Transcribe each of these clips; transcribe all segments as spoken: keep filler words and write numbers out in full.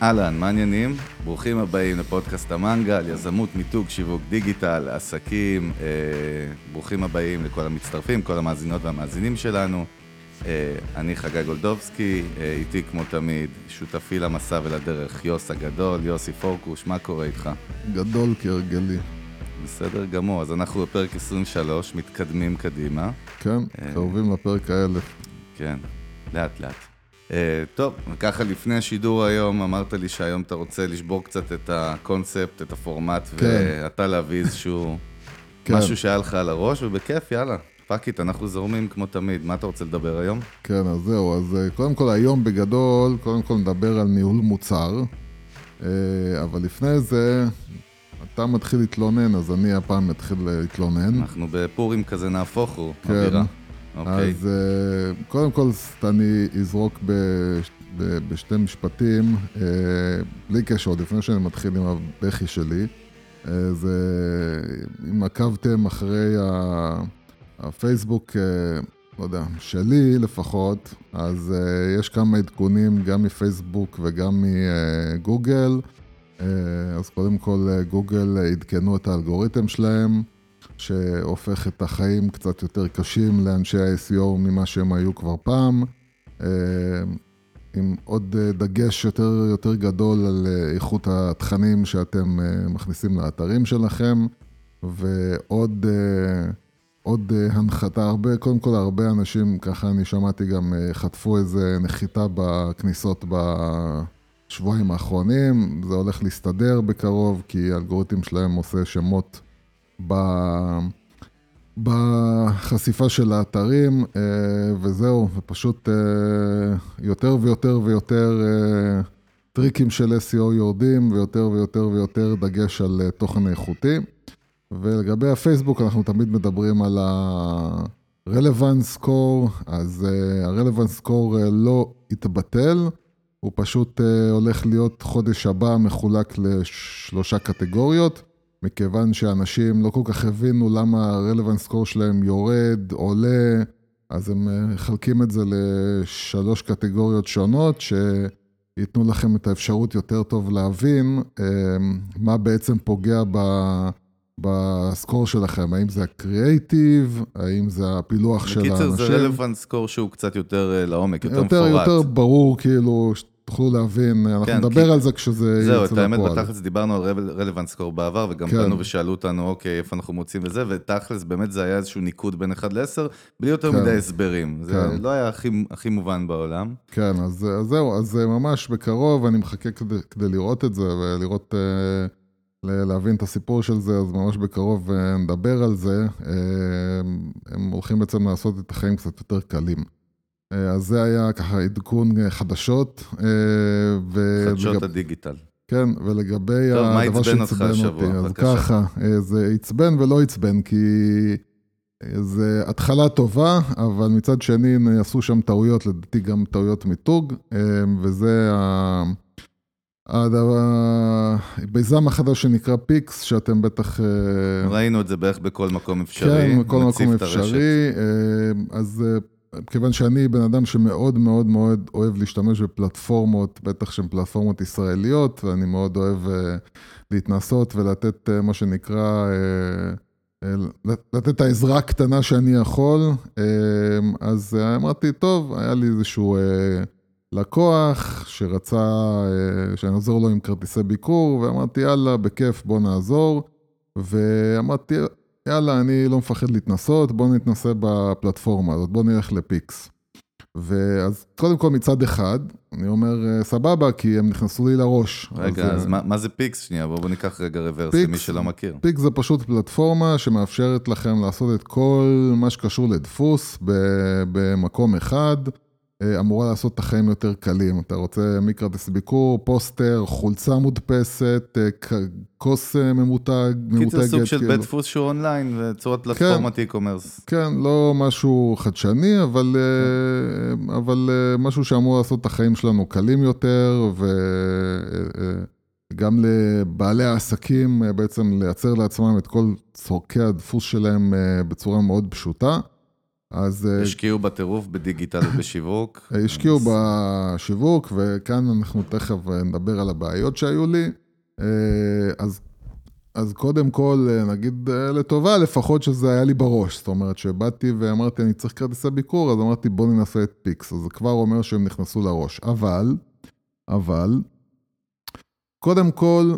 אהלן, מעניינים? ברוכים הבאים לפודקאסט המנגל, יזמות, מיתוג, שיווק דיגיטל, עסקים. אה, ברוכים הבאים לכל המצטרפים, כל המאזינות והמאזינים שלנו. אה, אני חגי גולדובסקי, אה, איתי כמו תמיד, שותפי למסע ולדרך, יוס הגדול, יוסי פורקוש, מה קורה איתך? גדול כהרגלי. בסדר גמור, אז אנחנו בפרק עשרים ושלוש, מתקדמים קדימה. כן, קרובים לפרק האלף. כן, לאט לאט. Uh, טוב, ככה לפני השידור היום, אמרת לי שהיום אתה רוצה לשבור קצת את הקונספט, את הפורמט, כן. ואתה להביא איזשהו כן. משהו שהיה לך על הראש, ובכיף, יאללה, פאקית, אנחנו זורמים כמו תמיד. מה אתה רוצה לדבר היום? כן, אז זהו, אז קודם כל היום בגדול, קודם כל נדבר על ניהול מוצר, אבל לפני זה, אתה מתחיל להתלונן, אז אני הפעם מתחיל להתלונן. אנחנו בפורים כזה נהפוך הוא, כן. אווירה. אוקיי. אז קודם כל אני אזרוק בשתי משפטים, בלי קשר, עוד לפני שאני מתחיל עם הבכי שלי, זה אם עקבתם אחרי הפייסבוק, לא יודע, שלי לפחות, אז יש כמה עדכונים גם מפייסבוק וגם מגוגל, אז קודם כל גוגל עדכנו את האלגוריתם שלהם, שהופך את החיים קצת יותר קשים לאנשי ה-אס אי או ממה שהם היו כבר פעם, עם עוד דגש יותר, יותר גדול על איכות התכנים שאתם מכניסים לאתרים שלכם, ועוד עוד הנחתה, הרבה, קודם כל הרבה אנשים, ככה אני שמעתי גם, חטפו איזה נחיתה בכניסות בשבועיים האחרונים, זה הולך להסתדר בקרוב, כי האלגוריתם שלהם עושה שמות בחשיפה של האתרים, וזהו, ופשוט יותר ויותר ויותר טריקים של אס אי או יורדים, ויותר ויותר ויותר דגש על תוכן איכותי. ולגבי הפייסבוק, אנחנו תמיד מדברים על ה-relevance score, אז ה-relevance score לא יתבטל, הוא פשוט הולך להיות חודש הבא מחולק לשלושה קטגוריות, מכיוון שאנשים לא כל כך הבינו למה ה-relevance score שלהם יורד, עולה, אז הם חלקים את זה לשלוש קטגוריות שונות, שיתנו לכם את האפשרות יותר טוב להבין מה בעצם פוגע בסקור שלכם, האם זה הקריאייטיב, האם זה הפילוח של האנשים. בקיצר זה relevance score שהוא קצת יותר לעומק, יותר מפורט. יותר ברור, כאילו, תוכלו להבין, אנחנו נדבר על זה כשזה יצא לפועל. זהו, את האמת, בתכלס דיברנו על relevance score בעבר, וגם באנו ושאלו אותנו, אוקיי, איפה אנחנו מוצאים וזה, ותכלס באמת זה היה איזשהו ניקוד בין אחד לעשר, בלי יותר מדי הסברים. זה לא היה הכי מובן בעולם. כן, אז זהו, אז ממש בקרוב, אני מחכה כדי לראות את זה, ולראות, להבין את הסיפור של זה, אז ממש בקרוב נדבר על זה. הם הולכים בעצם לעשות את החיים קצת יותר קלים. אז זה היה ככה עדכון חדשות. חדשות הדיגיטל. כן, ולגבי הדבר שעצבן אותי. אז ככה, זה עצבן ולא עצבן, כי זה התחלה טובה, אבל מצד שני עשו שם טעויות, לדעתי גם טעויות מיתוג, וזה הביזם החדש שנקרא פיקס, שאתם בטח ראינו את זה בערך בכל מקום אפשרי. כן, בכל מקום אפשרי. אז כיוון שאני בן אדם שמאוד מאוד מאוד אוהב להשתמש בפלטפורמות, בטח שהן פלטפורמות ישראליות, ואני מאוד אוהב להתנסות ולתת מה שנקרא, לתת את העזרה הקטנה שאני יכול. אז אמרתי, טוב, היה לי איזשהו לקוח שרצה שאני אעזור לו עם כרטיסי ביקור, ואמרתי, יאללה, בכיף, בוא נעזור. ואמרתי, יאללה, אני לא מפחד להתנסות, בוא נתנסה בפלטפורמה הזאת, בוא נלך לפיקס. ואז קודם כל מצד אחד, אני אומר, סבבה, כי הם נכנסו לי לראש. רגע, אז, אז מה, מה זה פיקס? שנייה, בואו ניקח רגע רוורס למי שלא מכיר. פיקס זה פשוט פלטפורמה שמאפשרת לכם לעשות את כל מה שקשור לדפוס במקום אחד, אמורה לעשות את החיים יותר קלים. אתה רוצה מכרטיס ביקור, פוסטר, חולצה מודפסת, כוס ממותג, ממותגת. קיצר סוג של בית דפוס שהוא אונליין, וצורת פלטפורמת אי-קומרס. כן, לא משהו חדשני, אבל, אבל משהו שאמור לעשות את החיים שלנו קלים יותר, וגם לבעלי העסקים בעצם לייצר לעצמם את כל צורכי הדפוס שלהם בצורה מאוד פשוטה. אז... השקיעו בטירוף בדיגיטל ובשיווק. השקיעו בשיווק, וכאן אנחנו תכף נדבר על הבעיות שהיו לי. אז, אז קודם כל, נגיד לטובה, לפחות שזה היה לי בראש. זאת אומרת, שבאתי ואמרתי, אני צריך כרטיסי ביקור, אז אמרתי, בוא ננסה את פיקס. אז זה כבר אומר שהם נכנסו לראש. אבל, אבל, קודם כל,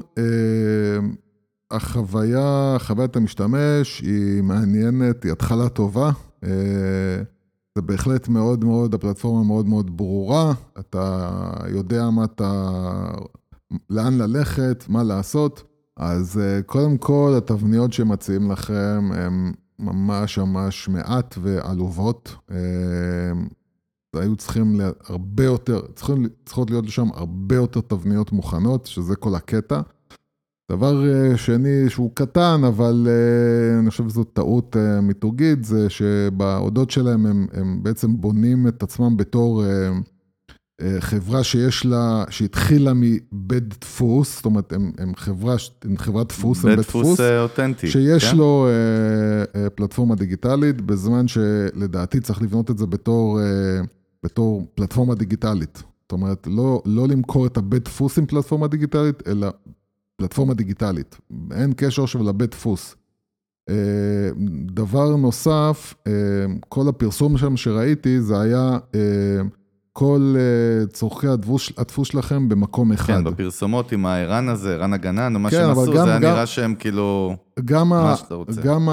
החוויה, חוויית המשתמש היא מעניינת, היא התחלה טובה. זה בהחלט מאוד מאוד, הפלטפורמה מאוד מאוד ברורה. אתה יודע מה אתה, לאן ללכת, מה לעשות. אז קודם כל, התבניות שמציעים לכם הן ממש ממש מעט ועלובות. היו צריכים הרבה יותר, צריכים, צריכות להיות לשם הרבה יותר תבניות מוכנות, שזה כל הקטע. דבר שני שהוא קטן, אבל אני חושב שזו טעות מיתוגית, זה שבהודות שלהם הם, הם בעצם בונים את עצמם בתור חברה שיש לה, שהתחילה מבית דפוס, זאת אומרת, הם, הם חברה, הם חברת דפוס, בית דפוס אותנטי. שיש כן? לו פלטפורמה דיגיטלית, בזמן שלדעתי צריך לבנות את זה בתור, בתור פלטפורמה דיגיטלית. זאת אומרת, לא, לא למכור את הבית דפוס עם פלטפורמה דיגיטלית, אלא פלטפורמה דיגיטלית. אין קשר של לבית דפוס. דבר נוסף, כל הפרסום שם שראיתי, זה היה כל צורכי הדפוס, הדפוס שלכם במקום אחד. כן, בפרסומות עם הערן הזה, ערן הגנן, או מה שהם עשו, זה היה נראה שהם כאילו, מה שאתה רוצה. גם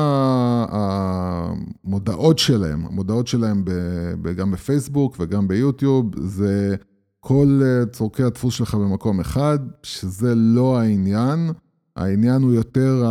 המודעות שלהם, המודעות שלהם גם בפייסבוק וגם ביוטיוב, זה כל צורכי הדפוס שלך במקום אחד, שזה לא העניין. העניין הוא יותר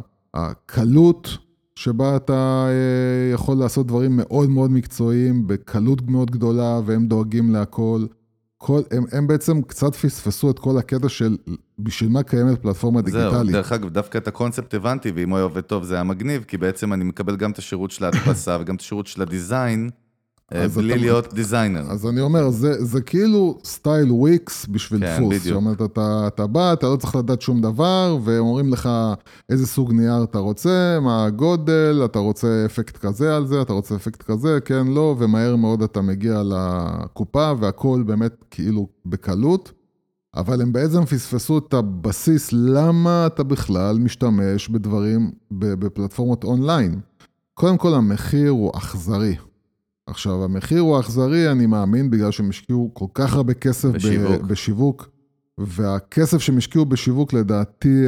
הקלות שבה אתה יכול לעשות דברים מאוד מאוד מקצועיים, בקלות מאוד גדולה, והם דואגים להכל. כל, הם, הם בעצם קצת פספסו את כל הקטע של בשביל מה קיימת פלטפורמה דיגיטלית. זהו, דרך אגב, דווקא את הקונספט הבנתי, ואם הוא עובד טוב זה היה מגניב, כי בעצם אני מקבל גם את השירות של ההדפסה, וגם את השירות של הדיזיין, בלי אתה, להיות דיזיינר. אז אני אומר, זה, זה כאילו סטייל וויקס בשביל כן, דפוס. בדיוק. זאת אומרת, אתה, אתה בא, אתה לא צריך לדעת שום דבר, והם אומרים לך איזה סוג נייר אתה רוצה, מה הגודל, אתה רוצה אפקט כזה על זה, אתה רוצה אפקט כזה, כן, לא, ומהר מאוד אתה מגיע לקופה, והכל באמת כאילו בקלות, אבל הם בעצם פספסו את הבסיס, למה אתה בכלל משתמש בדברים, בפלטפורמות אונליין. קודם כל, המחיר הוא אכזרי. עכשיו, המחיר הוא אכזרי, אני מאמין, בגלל שהם השקיעו כל כך הרבה כסף בשיווק. בשיווק, והכסף שהם השקיעו בשיווק, לדעתי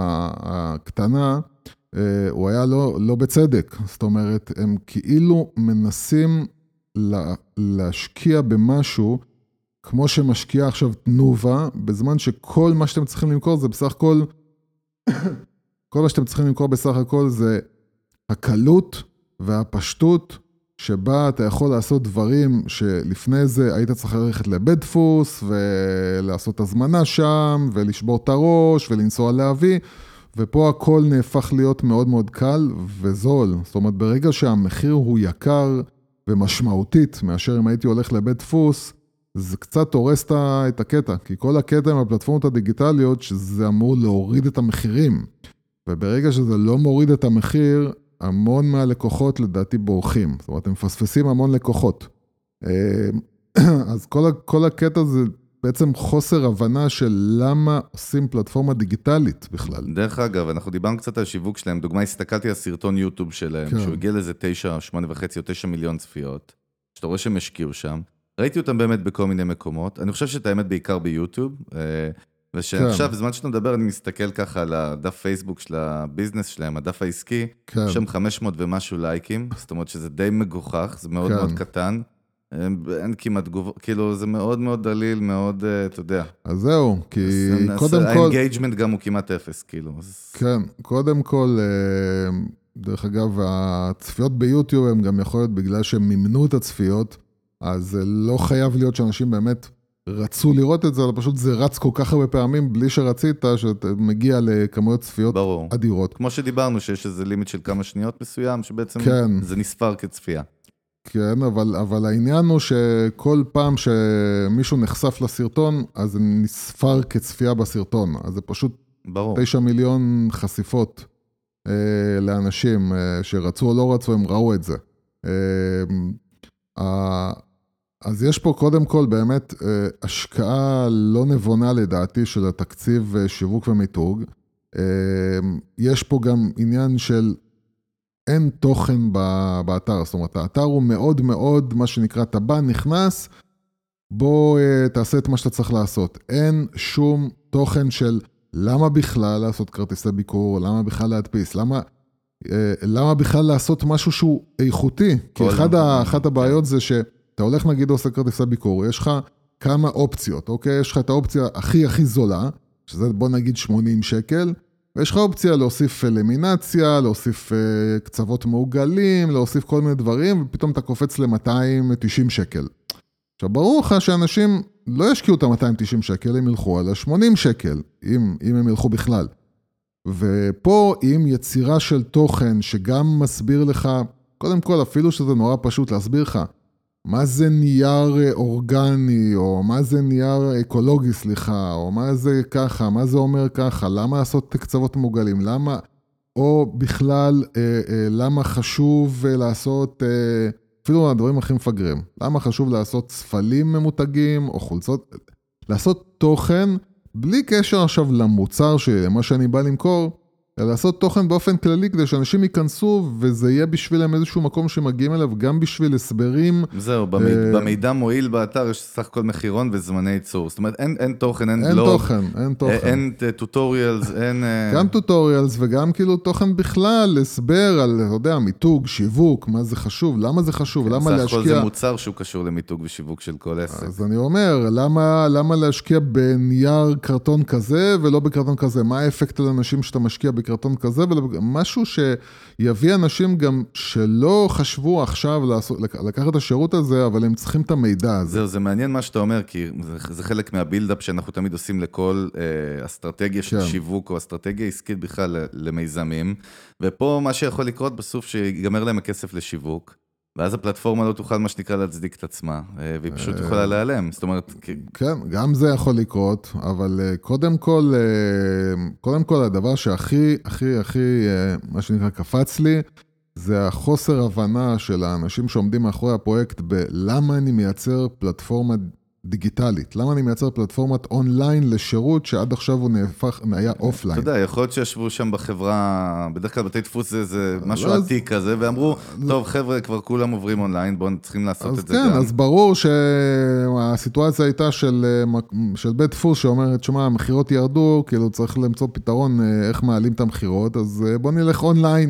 הקטנה, הוא היה לא, לא בצדק. זאת אומרת, הם כאילו מנסים לה, להשקיע במשהו, כמו שמשקיע עכשיו תנובה, בזמן שכל מה שאתם צריכים למכור זה בסך הכל, כל מה שאתם צריכים למכור בסך הכל זה הקלות והפשטות, שבה אתה יכול לעשות דברים שלפני זה היית צריך ללכת לבית דפוס, ולעשות הזמנה שם, ולשבור את הראש, ולנסוע להביא, ופה הכל נהפך להיות מאוד מאוד קל וזול. זאת אומרת, ברגע שהמחיר הוא יקר ומשמעותית, מאשר אם הייתי הולך לבית דפוס, זה קצת הורס את הקטע, כי כל הקטע עם הפלטפורמות הדיגיטליות, שזה אמור להוריד את המחירים, וברגע שזה לא מוריד את המחיר, המון מהלקוחות לדעתי בורחים, זאת אומרת, הם מפספסים המון לקוחות. אז כל, כל הקטע זה בעצם חוסר הבנה של למה עושים פלטפורמה דיגיטלית בכלל. דרך אגב, אנחנו דיברנו קצת על שיווק שלהם, דוגמה, הסתכלתי על סרטון יוטיוב שלהם, כן. שהוא הגיע לזה תשע, שמונה וחצי או תשע מיליון צפיות, שאתה רואה שהם השקיעו שם, ראיתי אותם באמת בכל מיני מקומות, אני חושב שאת האמת בעיקר ביוטיוב, ושעכשיו, בזמן שאתה מדבר, אני מסתכל ככה על הדף פייסבוק של הביזנס שלהם, הדף העסקי, יש שם חמש מאות ומשהו לייקים, זאת אומרת שזה די מגוחך, זה מאוד מאוד קטן, אין כמעט תגובות, כאילו זה מאוד מאוד דליל, מאוד, אתה יודע. אז זהו, כי קודם כל... האנגייג'מנט גם הוא כמעט אפס, כאילו. כן, קודם כל, דרך אגב, הצפיות ביוטיוב הם גם יכול להיות בגלל שהם מימנו את הצפיות, אז זה לא חייב להיות שאנשים באמת רצו לראות את זה, אלא פשוט זה רץ כל כך הרבה פעמים, בלי שרצית, שאתה מגיע לכמויות צפיות ברור. אדירות. כמו שדיברנו, שיש איזה לימיט של כמה שניות מסוים, שבעצם כן. זה נספר כצפייה. כן, אבל, אבל העניין הוא שכל פעם שמישהו נחשף לסרטון, אז זה נספר כצפייה בסרטון. אז זה פשוט ברור. תשע מיליון חשיפות אה, לאנשים אה, שרצו או לא רצו, הם ראו את זה. אז יש פה קודם כל באמת השקעה לא נבונה לדעתי של התקציב שיווק ומיתוג. יש פה גם עניין של אין תוכן באתר, זאת אומרת, האתר הוא מאוד מאוד, מה שנקרא, אתה בא, נכנס, בוא תעשה את מה שאתה צריך לעשות. אין שום תוכן של למה בכלל לעשות כרטיסי ביקור, למה בכלל להדפיס, למה, למה בכלל לעשות משהו שהוא איכותי. כי אחד, אחת הבעיות זה שאתה הולך נגיד עושה כרטיסי ביקור, יש לך כמה אופציות, אוקיי? יש לך את האופציה הכי הכי זולה, שזה בוא נגיד שמונים שקל, ויש לך אופציה להוסיף אלמינציה, להוסיף uh, קצוות מעוגלים, להוסיף כל מיני דברים, ופתאום אתה קופץ ל-מאתיים ותשעים שקל. עכשיו, ברור לך שאנשים לא ישקיעו את ה-מאתיים ותשעים שקל, הם ילכו על ה-שמונים שקל, אם, אם הם ילכו בכלל. ופה, עם יצירה של תוכן שגם מסביר לך, קודם כל, אפילו שזה נורא פשוט להסביר לך, מה זה נייר אורגני, או מה זה נייר אקולוגי, סליחה, או מה זה ככה, מה זה אומר ככה, למה לעשות קצוות מוגלים, למה, או בכלל, אה, אה, למה חשוב לעשות, אה, אפילו הדברים הכי מפגרים, למה חשוב לעשות ספלים ממותגים, או חולצות, לעשות תוכן, בלי קשר עכשיו למוצר שלי, למה שאני בא למכור, לעשות תוכן באופן כללי, כדי שאנשים ייכנסו, וזה יהיה בשבילם איזשהו מקום שמגיעים אליו, גם בשביל הסברים. זהו, במידע מועיל באתר, יש סך הכל מחירון וזמני ייצור. זאת אומרת, אין תוכן, אין בלוג. אין תוכן, אין תוכן. אין טוטוריאלס, אין... גם טוטוריאלס, וגם כאילו תוכן בכלל, הסבר על, אתה יודע, מיתוג, שיווק, מה זה חשוב, למה זה חשוב, למה להשקיע... סך הכל זה מוצר שהוא קשור למיתוג ושיווק של כל עסק. אז אני אומר, למה, למה להשקיע בנייר קרטון כזה, ולא בקרטון כזה? מה האפקט על אנשים שאתה משקיע בקרטון כזה, ומשהו שיביא אנשים גם שלא חשבו עכשיו לעשות, לקחת את השירות הזה, אבל הם צריכים את המידע הזה. זהו, זה מעניין מה שאתה אומר, כי זה, זה חלק מהבילדאפ שאנחנו תמיד עושים לכל אה, אסטרטגיה של כן. שיווק, או אסטרטגיה עסקית בכלל למיזמים, ופה מה שיכול לקרות בסוף שיגמר להם הכסף לשיווק, ואז הפלטפורמה לא תוכל מה שנקרא להצדיק את עצמה, והיא פשוט יכולה להיעלם. זאת אומרת... כן, גם זה יכול לקרות, אבל קודם כל, קודם כל הדבר שהכי, הכי, הכי, מה שנקרא קפץ לי, זה החוסר הבנה של האנשים שעומדים מאחורי הפרויקט בלמה אני מייצר פלטפורמה דיגיטלית. למה אני מייצר פלטפורמת אונליין לשירות שעד עכשיו הוא נהפך, היה אופליין. אתה יודע, יכול להיות שישבו שם בחברה, בדרך כלל בתי דפוס זה, זה משהו עתיק כזה, ואמרו, טוב חבר'ה, כבר כולם עוברים אונליין, בואו צריכים לעשות את זה גם. אז כן, אז ברור שהסיטואציה הייתה של, של בית דפוס שאומרת, שמה, המחירות ירדו, כאילו צריך למצוא פתרון איך מעלים את המחירות, אז בואו נלך אונליין.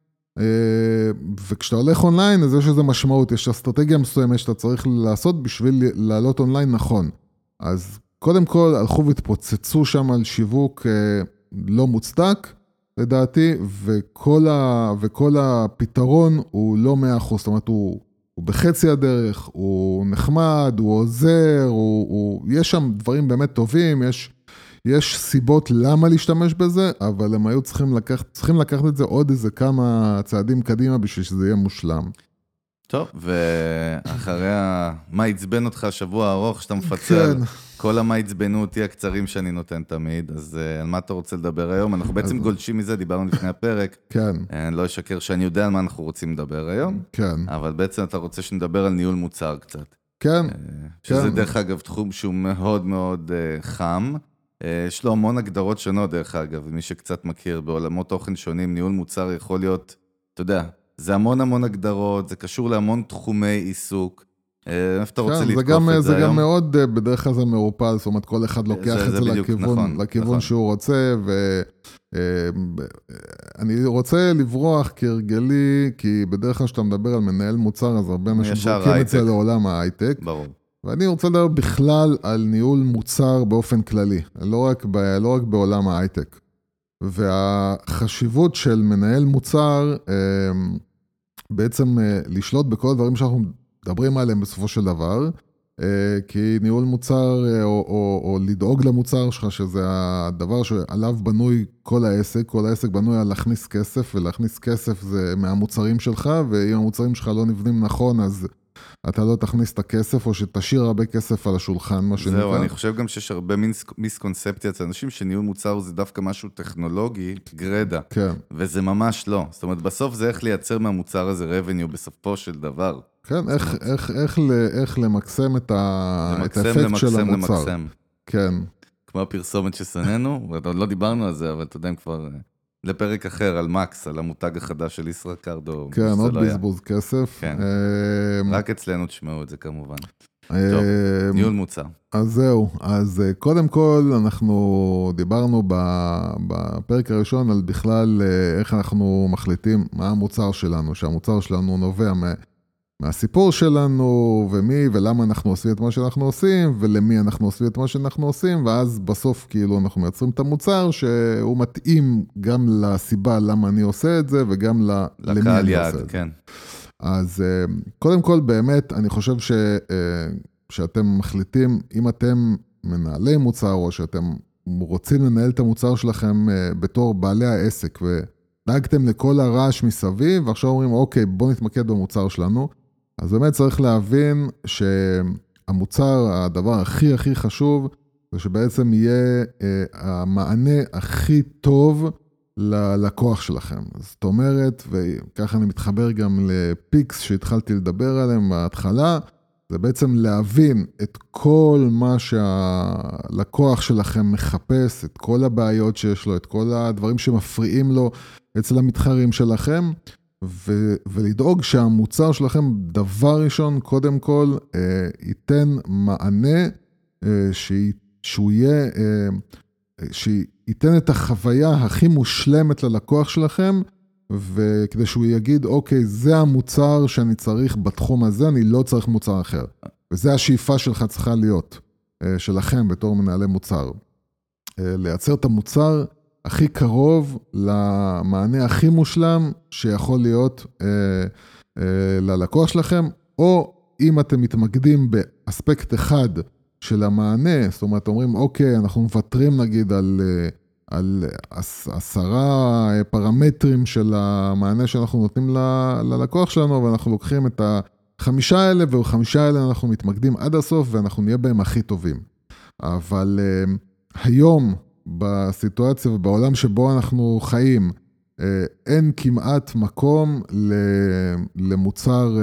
וכשאתה הולך אונליין, אז יש איזו משמעות, יש אסטרטגיה מסוימת שאתה צריך לעשות בשביל לעלות אונליין נכון. אז קודם כל, הלכו והתפוצצו שם על שיווק לא מוצדק, לדעתי, וכל, ה, וכל הפתרון הוא לא מאה אחוז, זאת אומרת, הוא, הוא בחצי הדרך, הוא נחמד, הוא עוזר, הוא, הוא, יש שם דברים באמת טובים, יש... יש סיבות למה להשתמש בזה, אבל הם היו צריכים לקחת, צריכים לקחת את זה עוד איזה כמה צעדים קדימה בשביל שזה יהיה מושלם. טוב, ואחרי מה יצבן אותך שבוע ארוך שאתה מפצל, כן. כל המה יצבנו אותי הקצרים שאני נותן תמיד, אז על מה אתה רוצה לדבר היום? אנחנו בעצם אז... גולשים מזה, דיברנו לפני הפרק. כן. אני לא אשקר שאני יודע על מה אנחנו רוצים לדבר היום. כן. אבל בעצם אתה רוצה שנדבר על ניהול מוצר קצת. כן. שזה כן. דרך אגב תחום שהוא מאוד מאוד חם. יש לו המון הגדרות שונות דרך אגב, מי שקצת מכיר בעולמות תוכן שונים, ניהול מוצר יכול להיות, אתה יודע, זה המון המון הגדרות, זה קשור להמון תחומי עיסוק, איפה אתה רוצה לתקוף את זה היום? זה גם מאוד, בדרך כלל זה מרופל, זאת אומרת, כל אחד לוקח את זה לכיוון שהוא רוצה, ואני רוצה לברוח כהרגלי, כי בדרך כלל שאתה מדבר על מנהל מוצר, אז הרבה אנשים זורקים את זה לעולם ההייטק. ברור. ואני רוצה לדבר בכלל על ניהול מוצר באופן כללי, לא רק, ב, לא רק בעולם ההייטק. והחשיבות של מנהל מוצר, בעצם לשלוט בכל הדברים שאנחנו מדברים עליהם בסופו של דבר, כי ניהול מוצר או, או, או לדאוג למוצר שלך, שזה הדבר שעליו בנוי כל העסק, כל העסק בנוי על להכניס כסף, ולהכניס כסף זה מהמוצרים שלך, ואם המוצרים שלך לא נבנים נכון, אז... אתה לא תכניס את הכסף, או שתשאיר הרבה כסף על השולחן, מה שנקרא. זהו, אני חושב גם שיש הרבה מיסקונספציות, אנשים שניהול מוצר זה דווקא משהו טכנולוגי, גרדה, כן. וזה ממש לא. זאת אומרת, בסוף זה איך לייצר מהמוצר הזה revenue בסופו של דבר. כן, איך, איך, איך, איך למקסם את, ה... למקסם, את האפקט למקסם, של המוצר. למקסם. כן. כמו הפרסומת ששננו, ועוד לא דיברנו על זה, אבל אתה יודע כבר לפרק אחר, על מקס, על המותג החדש של ישראכרד. כן, עוד בזבוז כסף. כן. רק אצלנו תשמעו את זה כמובן. טוב, ניהול מוצר. אז זהו, אז קודם כל אנחנו דיברנו בפרק הראשון על בכלל איך אנחנו מחליטים מה המוצר שלנו, שהמוצר שלנו נובע מהסיפור שלנו, ומי ולמה אנחנו עושים את מה שאנחנו עושים, ולמי אנחנו עושים את מה שאנחנו עושים, ואז בסוף כאילו אנחנו מייצרים את המוצר שהוא מתאים גם לסיבה למה אני עושה את זה, וגם למי אני עושה את זה. כן. אז קודם כל באמת אני חושב ש, שאתם מחליטים, אם אתם מנהלי מוצר, או שאתם רוצים לנהל את המוצר שלכם בתור בעלי העסק, ודאגתם לכל הרעש מסביב, ועכשיו אומרים אוקיי בוא נתמקד במוצר שלנו, אז באמת צריך להבין שהמוצר, הדבר הכי הכי חשוב, זה שבעצם יהיה המענה הכי טוב ללקוח שלכם. זאת אומרת, וככה אני מתחבר גם לפיקס שהתחלתי לדבר עליהם בהתחלה, זה בעצם להבין את כל מה שהלקוח שלכם מחפש, את כל הבעיות שיש לו, את כל הדברים שמפריעים לו אצל המתחרים שלכם, ו- ולדאוג שהמוצר שלכם דבר ראשון, קודם כל, אה, ייתן מענה אה, שהיא, שהוא יהיה, אה, שייתן את החוויה הכי מושלמת ללקוח שלכם, וכדי שהוא יגיד, אוקיי, זה המוצר שאני צריך בתחום הזה, אני לא צריך מוצר אחר. וזה השאיפה שלך צריכה להיות, אה, שלכם בתור מנהלי מוצר. אה, לייצר את המוצר הכי קרוב למענה הכי מושלם שיכול להיות אה, אה, ללקוח שלכם, או אם אתם מתמקדים באספקט אחד של המענה, זאת אומרת, אומרים, אוקיי, אנחנו מוותרים נגיד על, על עשרה פרמטרים של המענה שאנחנו נותנים ל, ללקוח שלנו, ואנחנו לוקחים את החמישה האלה, ובחמישה האלה אנחנו מתמקדים עד הסוף, ואנחנו נהיה בהם הכי טובים. אבל אה, היום, בסיטואציה ובעולם שבו אנחנו חיים, אין כמעט מקום למוצר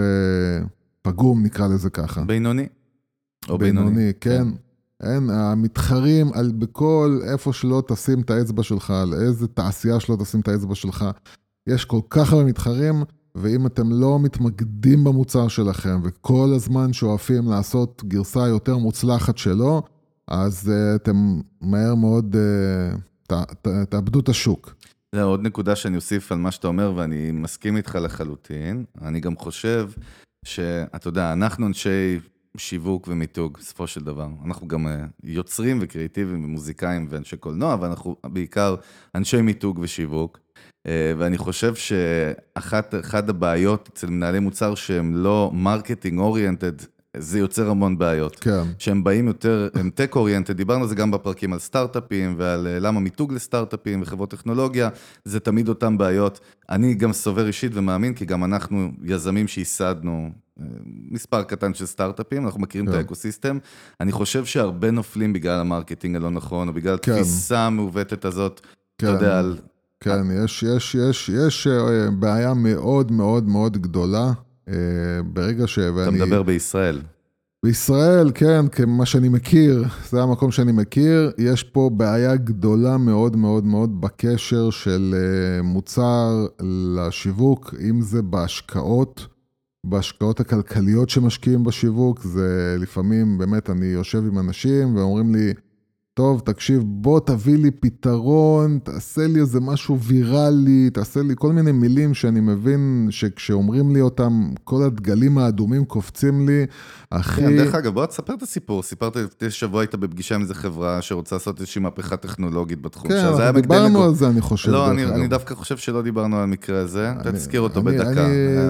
פגום, נקרא לזה ככה. בינוני. או בינוני, בינוני כן. אין, המתחרים על בכל איפה שלא תשים את האצבע שלך, על איזה תעשייה שלא תשים את האצבע שלך, יש כל כך הרבה מתחרים, ואם אתם לא מתמקדים במוצר שלכם, וכל הזמן שואפים לעשות גרסה יותר מוצלחת שלו, אז uh, אתם מהר מאוד uh, ת, ת, תאבדו את השוק. זה עוד נקודה שאני אוסיף על מה שאתה אומר, ואני מסכים איתך לחלוטין. אני גם חושב שאתה יודע, אנחנו אנשי שיווק ומיתוג, בסופו של דבר. אנחנו גם uh, יוצרים וקריאטיביים ומוזיקאים ואנשי קולנוע, ואנחנו בעיקר אנשי מיתוג ושיווק. Uh, ואני חושב שאחת אחת הבעיות אצל מנהלי מוצר שהם לא מרקטינג אוריינטד, זה יוצר המון בעיות. כן. שהם באים יותר, הם טק אוריינטד, דיברנו על זה גם בפרקים על סטארט-אפים, ועל למה מיתוג לסטארט-אפים וחברות טכנולוגיה, זה תמיד אותם בעיות. אני גם סובר אישית ומאמין, כי גם אנחנו יזמים שיסדנו מספר קטן של סטארט-אפים, אנחנו מכירים כן. את האקוסיסטם. אני חושב שהרבה נופלים בגלל המרקטינג הלא נכון, או בגלל כן. התפיסה המעוותת הזאת, כן. אתה יודע על... כן, יש, יש, יש, יש בעיה מאוד מאוד מאוד גדולה, ברגע ש... אתה מדבר בישראל. בישראל, כן, כמה שאני מכיר, זה המקום שאני מכיר, יש פה בעיה גדולה מאוד מאוד מאוד בקשר של מוצר לשיווק, אם זה בהשקעות, בהשקעות הכלכליות שמשקיעים בשיווק, זה לפעמים באמת אני יושב עם אנשים ואומרים לי, טוב, תקשיב, בוא תביא לי פתרון, תעשה לי איזה משהו ויראלי, תעשה לי כל מיני מילים שאני מבין שכשאומרים לי אותם, כל הדגלים האדומים קופצים לי, אחי... כן, דרך אגב, בוא תספר את הסיפור, סיפרת שבוע היית בפגישה עם איזו חברה שרוצה לעשות איזושהי מהפכה טכנולוגית בתחום. כן, אנחנו דיברנו על זה, אני חושב. לא, אני, אני דווקא חושב שלא דיברנו על המקרה הזה, אתה תזכיר אותו אני, בדקה.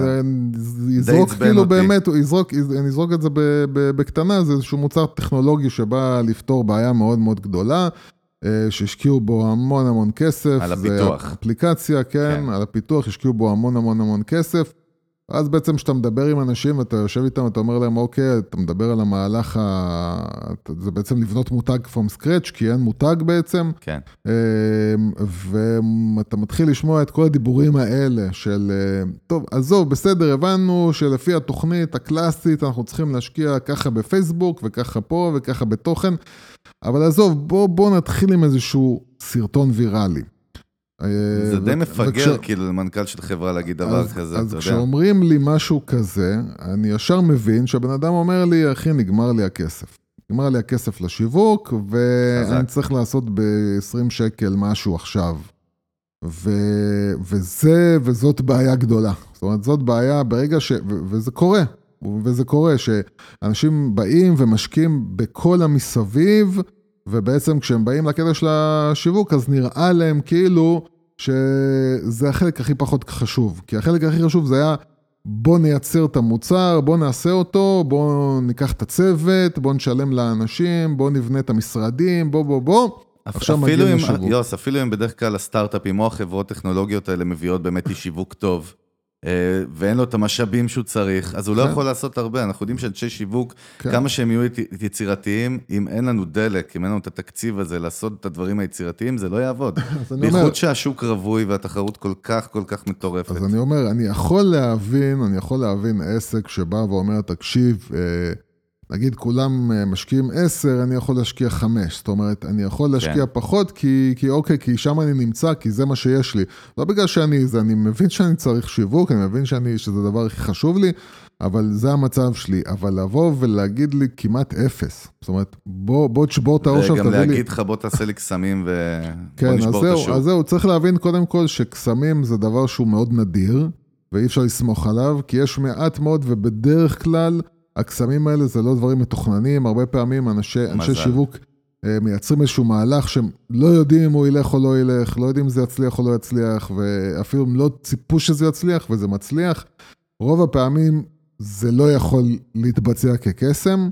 אני אזרוק כאילו באמת, אני אזרוק את זה בקטנה, זה איזשהו מוצר טכנולוגי שבא לפתור בעיה מאוד מאוד גדולה, שהשקיעו בו המון המון כסף. על הפיתוח. זה אפליקציה, כן, כן. על הפיתוח, השקיעו בו המון המון המון כסף, אז בעצם כשאתה מדבר עם אנשים, ואתה יושב איתם, אתה אומר להם, אוקיי, אתה מדבר על המהלך, ה... זה בעצם לבנות מותג from scratch, כי אין מותג בעצם. כן. ואתה מתחיל לשמוע את כל הדיבורים האלה של, טוב, עזוב, בסדר, הבנו שלפי התוכנית הקלאסית, אנחנו צריכים להשקיע ככה בפייסבוק, וככה פה, וככה בתוכן, אבל עזוב, בוא, בוא נתחיל עם איזשהו סרטון ויראלי. זה די מפגר, כאילו, למנכ"ל של חברה להגיד דבר כזה, אתה יודע. אז כשאומרים לי משהו כזה, אני ישר מבין שהבן אדם אומר לי, אחי, נגמר לי הכסף. נגמר לי הכסף לשיווק, ואני צריך לעשות ב-עשרים שקל משהו עכשיו. וזה, וזאת בעיה גדולה. זאת אומרת, זאת בעיה ברגע ש... וזה קורה. וזה קורה שאנשים באים ומשקיעים בכל המסביב, ובעצם כשהם באים לקטע של השיווק, אז נראה להם כאילו שזה החלק הכי פחות חשוב. כי החלק הכי חשוב זה היה, בוא נייצר את המוצר, בוא נעשה אותו, בוא ניקח את הצוות, בוא נשלם לאנשים, בוא נבנה את המשרדים, בוא בוא בוא. עכשיו מגיעים לשיווק. יוס, אפילו אם בדרך כלל הסטארט-אפים או החברות טכנולוגיות האלה מביאות באמת שיווק טוב, ואין לו את המשאבים שהוא צריך, אז הוא לא יכול לעשות הרבה. אנחנו יודעים שאנשי שיווק, כמה שהם יהיו יצירתיים, אם אין לנו דלק, אם אין לנו את התקציב הזה לעשות את הדברים היצירתיים, זה לא יעבוד. בייחוד שהשוק רווי והתחרות כל כך, כל כך מטורפת. אז אני אומר, אני יכול להבין, אני יכול להבין עסק שבא ואומר, תקשיב, נגיד כולם משקיעים עשר, אני יכול להשקיע חמש. זאת אומרת, אני יכול להשקיע כן. פחות, כי, כי אוקיי, כי שם אני נמצא, כי זה מה שיש לי. לא בגלל שאני, זה, אני מבין שאני צריך שיווק, אני מבין שאני, שזה הדבר הכי חשוב לי, אבל זה המצב שלי. אבל לבוא ולהגיד לי כמעט אפס. זאת אומרת, בוא, בוא תשבור את הראש, וגם להגיד לך, בוא תעשה לי קסמים ובוא כן, נשבור זהו, את השוק. אז זהו, צריך להבין קודם כל שקסמים זה דבר שהוא מאוד נדיר, ואי אפשר לסמוך עליו, כי יש מעט מאוד, ובדרך כלל הקסמים האלה זה לא דברים מתוכננים, הרבה פעמים אנשי, אנשי שיווק מייצרים איזשהו מהלך שהם לא יודעים אם הוא ילך או לא ילך, לא יודעים אם זה יצליח או לא יצליח, ואפילו הם לא ציפו שזה יצליח וזה מצליח. רוב הפעמים זה לא יכול להתבצע כקסם,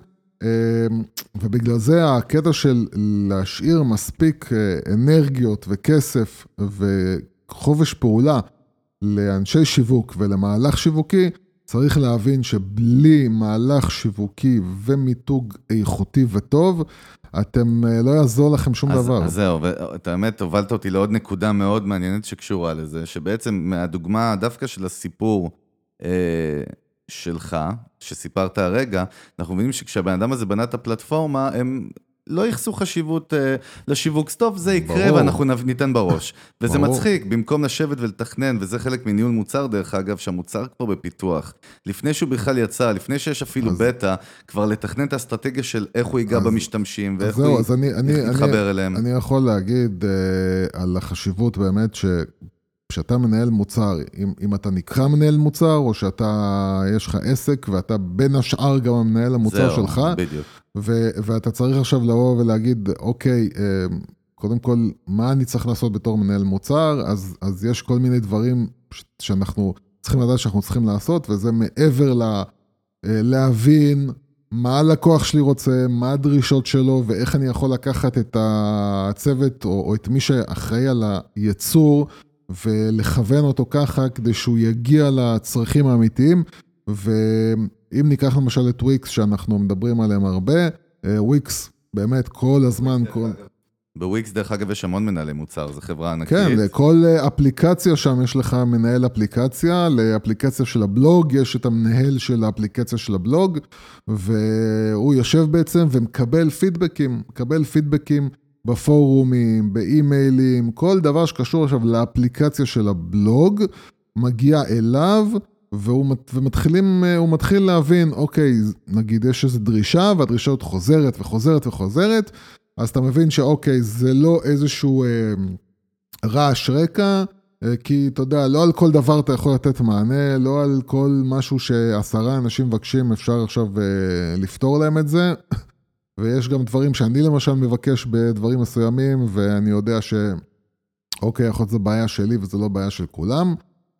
ובגלל זה הקטע של להשאיר מספיק אנרגיות וכסף וחובש פעולה לאנשי שיווק ולמהלך שיווקי, צריך להבין שבלי מהלך שיווקי ומיתוג איכותי וטוב, אתם לא יעזור לכם שום אז, דבר. אז זהו, ואת האמת, הובלת אותי לעוד נקודה מאוד מעניינת שקשורה לזה, שבעצם מהדוגמה דווקא של הסיפור אה, שלך, שסיפרת הרגע, אנחנו מבינים שכשהבן אדם הזה בנה את הפלטפורמה, הם לא יחסו חשיבות uh, לשיווק, סטופ, זה יקרה ברור. ואנחנו ניתן בראש. וזה ברור. מצחיק, במקום לשבת ולתכנן, וזה חלק מניהול מוצר דרך אגב, שהמוצר כבר בפיתוח. לפני שהוא בכלל יצא, לפני שיש אפילו אז... בטא, כבר לתכנן את האסטרטגיה של איך הוא ייגע אז... במשתמשים, ואיך זהו, הוא אני, אני, יתחבר אני, אליהם. אני יכול להגיד uh, על החשיבות באמת ש... כשאתה מנהל מוצר, אם, אם אתה נקרא מנהל מוצר, או שאתה, יש לך עסק, ואתה בין השאר גם המנהל המוצר זהו, שלך, בדיוק. ו, ואתה צריך עכשיו לבוא ולהגיד, אוקיי, קודם כל, מה אני צריך לעשות בתור מנהל מוצר? אז, אז יש כל מיני דברים שאנחנו צריכים לדעת שאנחנו צריכים לעשות, וזה מעבר ל, להבין מה הלקוח שלי רוצה, מה הדרישות שלו, ואיך אני יכול לקחת את הצוות, או, או את מי שאחראי על הייצור, ולכוון אותו ככה כדי שהוא יגיע לצרכים האמיתיים, ואם ניקח למשל את וויקס שאנחנו מדברים עליהם הרבה, וויקס באמת כל הזמן, כל... בוויקס דרך אגב יש המון מנהלי מוצר, זו חברה ענקית. כן, לכל אפליקציה שם יש לך מנהל אפליקציה, לאפליקציה של הבלוג יש את המנהל של האפליקציה של הבלוג, והוא יושב בעצם ומקבל פידבקים, מקבל פידבקים, בפורומים, באימיילים, כל דבר שקשור עכשיו לאפליקציה של הבלוג, מגיע אליו, והוא ומתחילים, הוא מתחיל להבין, אוקיי, נגיד יש איזו דרישה, והדרישה עוד חוזרת וחוזרת וחוזרת, אז אתה מבין שאוקיי, זה לא איזשהו אה, רעש רקע, אה, כי אתה יודע, לא על כל דבר אתה יכול לתת מענה, לא על כל משהו שעשרה אנשים מבקשים, אפשר עכשיו אה, לפתור להם את זה, ויש גם דברים שאני למשל מבקש בדברים מסוימים, ואני יודע ש... אוקיי, יכול להיות זה בעיה שלי, וזה לא בעיה של כולם.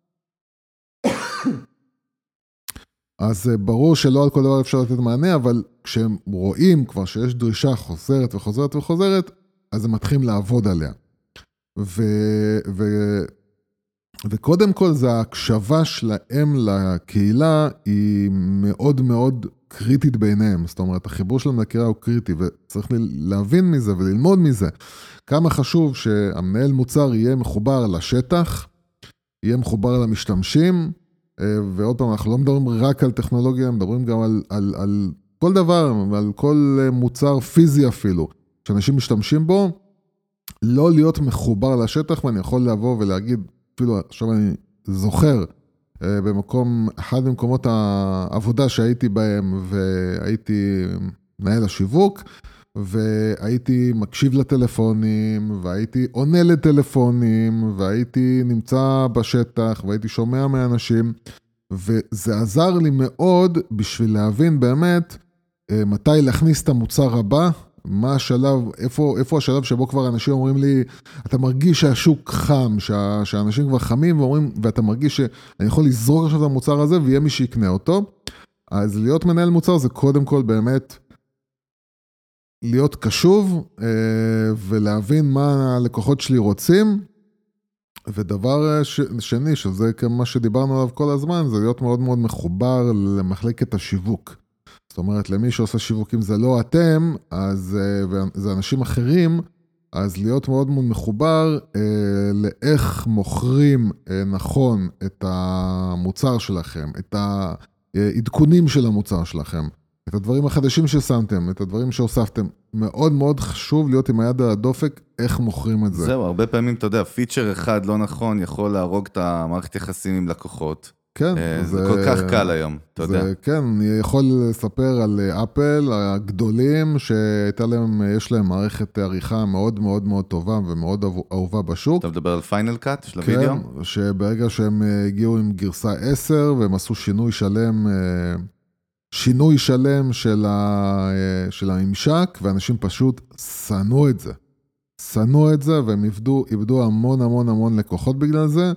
אז ברור שלא על כל דבר אפשר לתת מענה, אבל כשהם רואים כבר שיש דרישה חוזרת וחוזרת וחוזרת, אז הם מתחילים לעבוד עליה. ו... ו... וקודם כל, זה ההקשבה שלהם לקהילה, היא מאוד מאוד קריטית ביניהם. זאת אומרת, החיבור שלהם לקהילה הוא קריטי, וצריך להבין מזה וללמוד מזה. כמה חשוב שהמנהל מוצר יהיה מחובר לשטח, יהיה מחובר למשתמשים, ועוד פעם, אנחנו לא מדברים רק על טכנולוגיה, מדברים גם על, על, על כל דבר, על כל מוצר פיזי אפילו, שאנשים משתמשים בו, לא להיות מחובר לשטח, ואני יכול לבוא ולהגיד, אפילו עכשיו אני זוכר, במקום, אחד במקומות העבודה שהייתי בהם, והייתי מנהל השיווק, והייתי מקשיב לטלפונים, והייתי עונה לטלפונים, והייתי נמצא בשטח, והייתי שומע מאנשים, וזה עזר לי מאוד בשביל להבין באמת מתי להכניס את המוצר הבא, מה השלב, איפה, איפה השלב שבו כבר אנשים אומרים לי, אתה מרגיש שהשוק חם, שה, שהאנשים כבר חמים ואומרים, ואתה מרגיש שאני יכול לזרוק עכשיו את המוצר הזה ויהיה מי שיקנה אותו. אז להיות מנהל מוצר זה קודם כל באמת להיות קשוב ולהבין מה הלקוחות שלי רוצים. ודבר שני, שזה מה שדיברנו עליו כל הזמן, זה להיות מאוד מאוד מחובר למחלקת השיווק. זאת אומרת, למי שעושה שיווקים זה לא אתם, אז זה אנשים אחרים, אז להיות מאוד מאוד מחובר לאיך מוכרים נכון את המוצר שלכם, את העדכונים של המוצר שלכם, את הדברים החדשים ששמתם, את הדברים שהוספתם. מאוד מאוד חשוב להיות עם היד על הדופק, איך מוכרים את זה. זהו, הרבה פעמים, אתה יודע, פיצ'ר אחד לא נכון, יכול להרוג את המערכת יחסים עם לקוחות. כן. זה, זה כל כך קל היום, אתה זה, יודע. כן, אני יכול לספר על אפל, הגדולים, שהייתה להם, יש להם מערכת עריכה מאוד מאוד מאוד טובה, ומאוד אהובה בשוק. אתה מדבר על פיינל קאט של כן, הוידאו? כן, שברגע שהם הגיעו עם גרסה עשר, והם עשו שינוי שלם, שינוי שלם של, ה, של הממשק, ואנשים פשוט סנו את זה. סנו את זה, והם איבדו, איבדו המון המון המון לקוחות בגלל זה.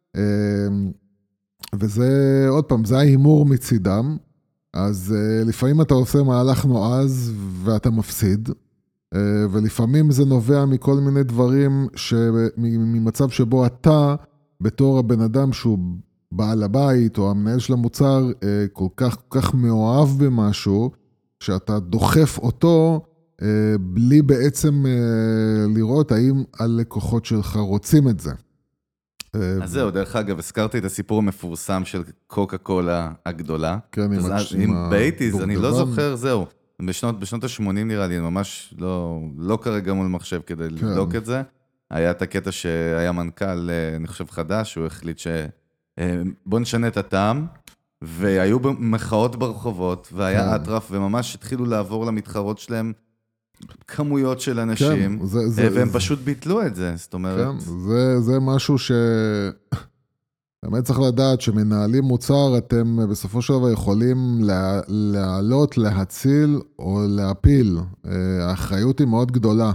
וזה, עוד פעם, זה ההימור מצידם. אז לפעמים אתה עושה מהלך נועז, ואתה מפסיד. ולפעמים זה נובע מכל מיני דברים, ממצב שבו אתה, בתור הבן אדם שהוא בעל הבית, או המנהל של המוצר, כל כך, כל כך מאוהב במשהו, שאתה דוחף אותו, בלי בעצם לראות האם הלקוחות שלך רוצים את זה. אז זהו, דרך אגב, הזכרתי את הסיפור המפורסם של קוקה קולה הגדולה. כן, עם הדורדבן. באייטיז, אני לא זוכר, זהו. בשנות, בשנות ה-שמונים נראה לי, ממש לא, לא כרגע מול מחשב כדי לבדוק את זה. היה את הקטע שהיה מנכ"ל, אני חושב חדש, הוא החליט ש... בוא נשנה את הטעם, והיו מחאות ברחובות, והיה אטרף, וממש התחילו לעבור למתחרות שלהם כמויות של אנשים, כן, זה, זה, והם זה, פשוט ביטלו את זה, זאת אומרת. כן, זה, זה משהו ש... באמת צריך לדעת שמנהלים מוצר, אתם בסופו של דבר יכולים לה, להעלות, להציל או להפיל. האחריות היא מאוד גדולה.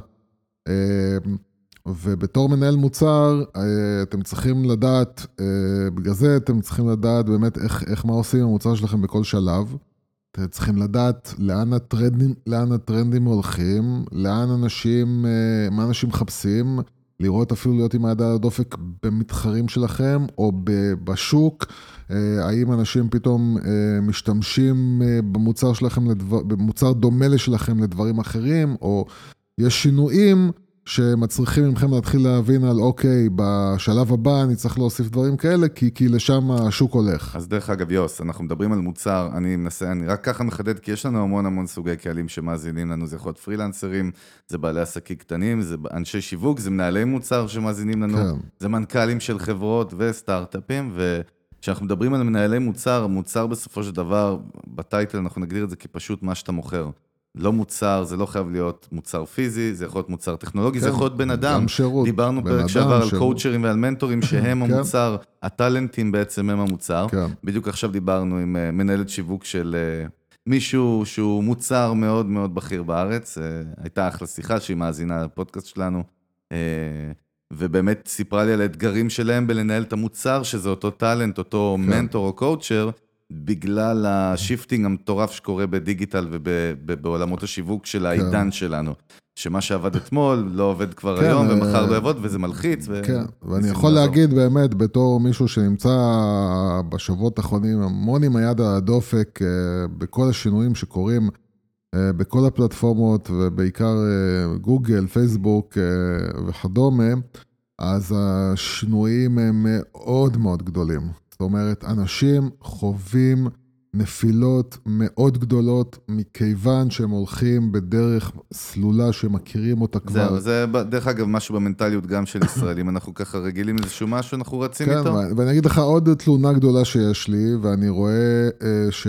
ובתור מנהל מוצר, אתם צריכים לדעת, בגלל זה אתם צריכים לדעת באמת איך, איך מה עושים עם המוצר שלכם בכל שלב. אתם צריכים לדעת לאן הטרנדים, לאן הטרנדים הולכים, לאן אנשים, מה אנשים מחפשים, לראות אפילו להיות עם היד על הדופק במתחרים שלכם, או בשוק, האם אנשים פתאום משתמשים במוצר שלכם, לדבר, במוצר דומה לשלכם לדברים אחרים, או יש שינויים שמצריכים ממכם להתחיל להבין על, אוקיי, בשלב הבא אני צריך להוסיף דברים כאלה, כי, כי לשם השוק הולך. אז דרך אגב, יוס, אנחנו מדברים על מוצר, אני מנסה, אני רק ככה מחדד, כי יש לנו המון המון סוגי קהלים שמאזינים לנו, זה יכול להיות פרילנסרים, זה בעלי עסקים קטנים, זה אנשי שיווק, זה מנהלי מוצר שמאזינים לנו, כן. זה מנכ"לים של חברות וסטארט-אפים, וכשאנחנו מדברים על מנהלי מוצר, מוצר בסופו של דבר, בטייטל אנחנו נגדיר את זה כפשוט מה שאתה מוכר. לא מוצר, זה לא חייב להיות מוצר פיזי, זה יכול להיות מוצר טכנולוגי, כן, זה יכול להיות בן אדם. שירות, דיברנו פרק שעבר על קואוצ'רים ועל מנטורים שהם כן. המוצר, הטלנטים בעצם הם המוצר. כן. בדיוק עכשיו דיברנו עם מנהלת שיווק של מישהו שהוא מוצר מאוד מאוד בכיר בארץ, הייתה אחלה שיחה שהיא מאזינה לפודקאסט שלנו, ובאמת סיפרה לי על האתגרים שלהם בלנהל את המוצר, שזה אותו טלנט, אותו כן. מנטור או קואוצ'ר, בגלל השיפטינג המטורף שקורה בדיגיטל ובעולמות השיווק של העידן שלנו. שמה שעבד אתמול לא עובד כבר כן, היום, ומחר לא יעבוד, וזה מלחיץ. ו... כן, ואני יכול להגיד באמת, בתור מישהו שנמצא בשבועות האחרונים, המון עם היד הדופק, בכל השינויים שקורים, בכל הפלטפורמות, ובעיקר גוגל, פייסבוק וכדומה, אז השינויים הם מאוד מאוד גדולים. זאת אומרת, אנשים חווים נפילות מאוד גדולות, מכיוון שהם הולכים בדרך סלולה שמכירים אותה כבר. זה, זה דרך אגב משהו במנטליות גם של ישראלים, אנחנו ככה רגילים איזשהו משהו, אנחנו רצים כן, איתו. ואני אגיד לך עוד תלונה גדולה שיש לי, ואני רואה ש...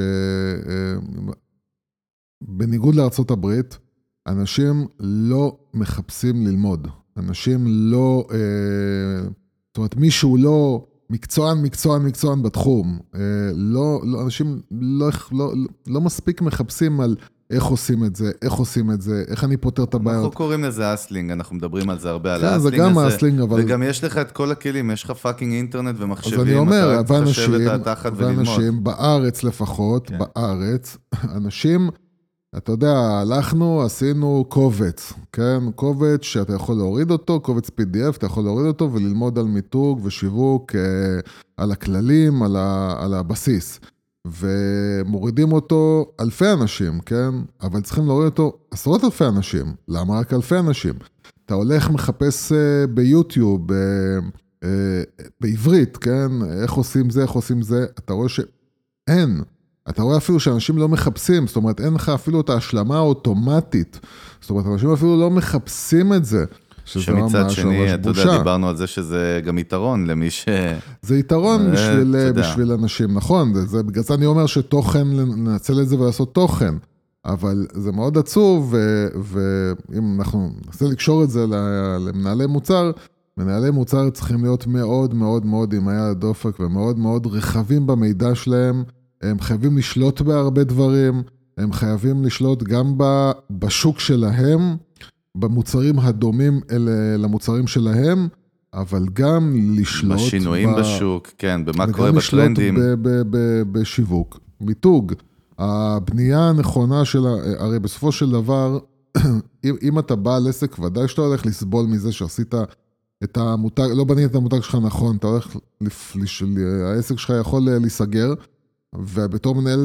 בניגוד לארצות הברית, אנשים לא מחפשים ללמוד. אנשים לא... זאת אומרת, מישהו לא... מקצוען, מקצוען, מקצוען בתחום. לא, לא, אנשים לא, לא, לא מספיק מחפשים על איך עושים את זה, איך עושים את זה, איך אני פותר את הבעיות. אנחנו קוראים לזה אסלינג, אנחנו מדברים על זה הרבה, על האסלינג הזה. זה גם האסלינג, אבל... וגם יש לך את כל הכלים, יש לך פאקינג אינטרנט ומחשבים, אז אני אומר, אתה צריך לשבת על התחת וללמוד. ואנשים בארץ לפחות, כן. בארץ, אנשים... אתה יודע, הלכנו, עשינו קובץ, כן? קובץ שאתה יכול להוריד אותו, קובץ פי די אף, אתה יכול להוריד אותו וללמוד על מיתוג ושיווק, אה, על הכללים, על, ה, על הבסיס. ומורידים אותו אלפי אנשים, כן? אבל צריכים להוריד אותו עשרות אלפי אנשים. למה רק אלפי אנשים? אתה הולך מחפש אה, ביוטיוב, אה, אה, בעברית, כן? איך עושים זה, איך עושים זה, אתה רואה שאין. אתה רואה אפילו שאנשים לא מחפשים, זאת אומרת, אין לך אפילו את ההשלמה האוטומטית. זאת אומרת, אנשים אפילו לא מחפשים את זה. שמצד שני, אתה יודע, דיברנו על זה שזה גם יתרון למי ש... זה יתרון בשביל, בשביל אנשים, נכון? זה, זה, בגלל זה אני אומר שתוכן, לנצל את זה ולעשות תוכן. אבל זה מאוד עצוב, ו, ואם אנחנו ננסה לקשור את זה למנהלי מוצר, מנהלי מוצר צריכים להיות מאוד מאוד מאוד עם היד הדופק, ומאוד מאוד רחבים במידע שלהם, הם חייבים לשלוט בהרבה דברים, הם חייבים לשלוט גם בשוק שלהם, במוצרים הדומים למוצרים שלהם, אבל גם לשלוט... בשינויים ב... בשוק, כן, במה קורה בטרנדים. וגם לשלוט ב- ב- ב- בשיווק, מיתוג. הבנייה הנכונה של... הרי בסופו של דבר, אם, אם אתה בא על עסק, ודאי שאתה הולך לסבול מזה שעשית את המותג, לא בנית את המותג שלך נכון, אתה הולך, לפ... העסק שלך יכול להיסגר, ובתור מנהל,